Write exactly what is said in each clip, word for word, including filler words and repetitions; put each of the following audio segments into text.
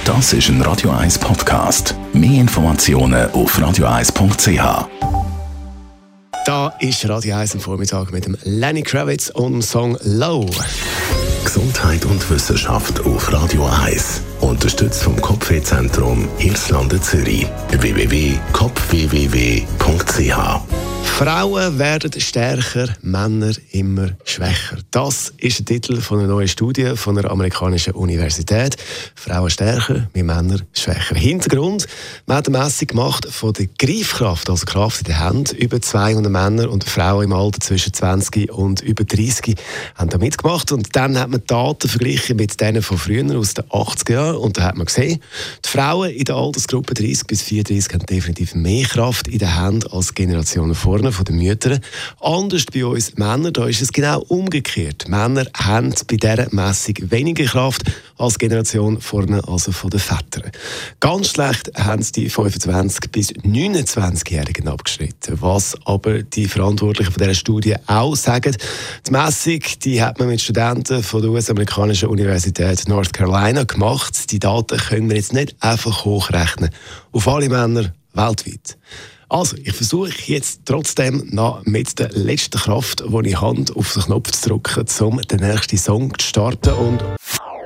Das ist ein Radio eins Podcast. Mehr Informationen auf radio eins punkt c h. Da ist Radio eins am Vormittag mit dem Lenny Kravitz und dem Song «Low». Gesundheit und Wissenschaft auf Radio eins. Unterstützt vom Kopfwehzentrum Irlande Zürich. w w w punkt kopf w w w punkt c h. Frauen werden stärker, Männer immer schwächer. Das ist der Titel von einer neuen Studie von einer amerikanischen Universität. Frauen stärker, wir Männer schwächer. Hintergrund: man hat eine Messung gemacht von der Greifkraft, also Kraft in der Hand. Über zweihundert Männer und Frauen im Alter zwischen zwanzig und über dreißig haben da mitgemacht. Und dann hat man Daten verglichen mit denen von früher, aus den achtziger Jahren. Und da hat man gesehen, die Frauen in der Altersgruppe dreißig bis vierunddreißig haben definitiv mehr Kraft in der Hand als Generationen vorne von den Müttern. Anders bei uns Männern, da ist es genau umgekehrt. Männer haben bei dieser Messung weniger Kraft als Generation vorne, also von den Vätern. Ganz schlecht haben es die fünfundzwanzig- bis neunundzwanzigjährigen abgeschnitten. Was aber die Verantwortlichen von dieser Studie auch sagen: Die Messung, die hat man mit Studenten von der U S-amerikanischen Universität North Carolina gemacht. Die Daten können wir jetzt nicht einfach hochrechnen auf alle Männer weltweit. Also, ich versuche jetzt trotzdem noch mit der letzten Kraft, die ich habe, auf den Knopf zu drücken, um den nächsten Song zu starten. Und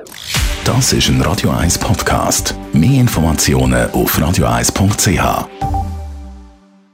Das ist ein Radio eins Podcast. Mehr Informationen auf radio eins punkt c h.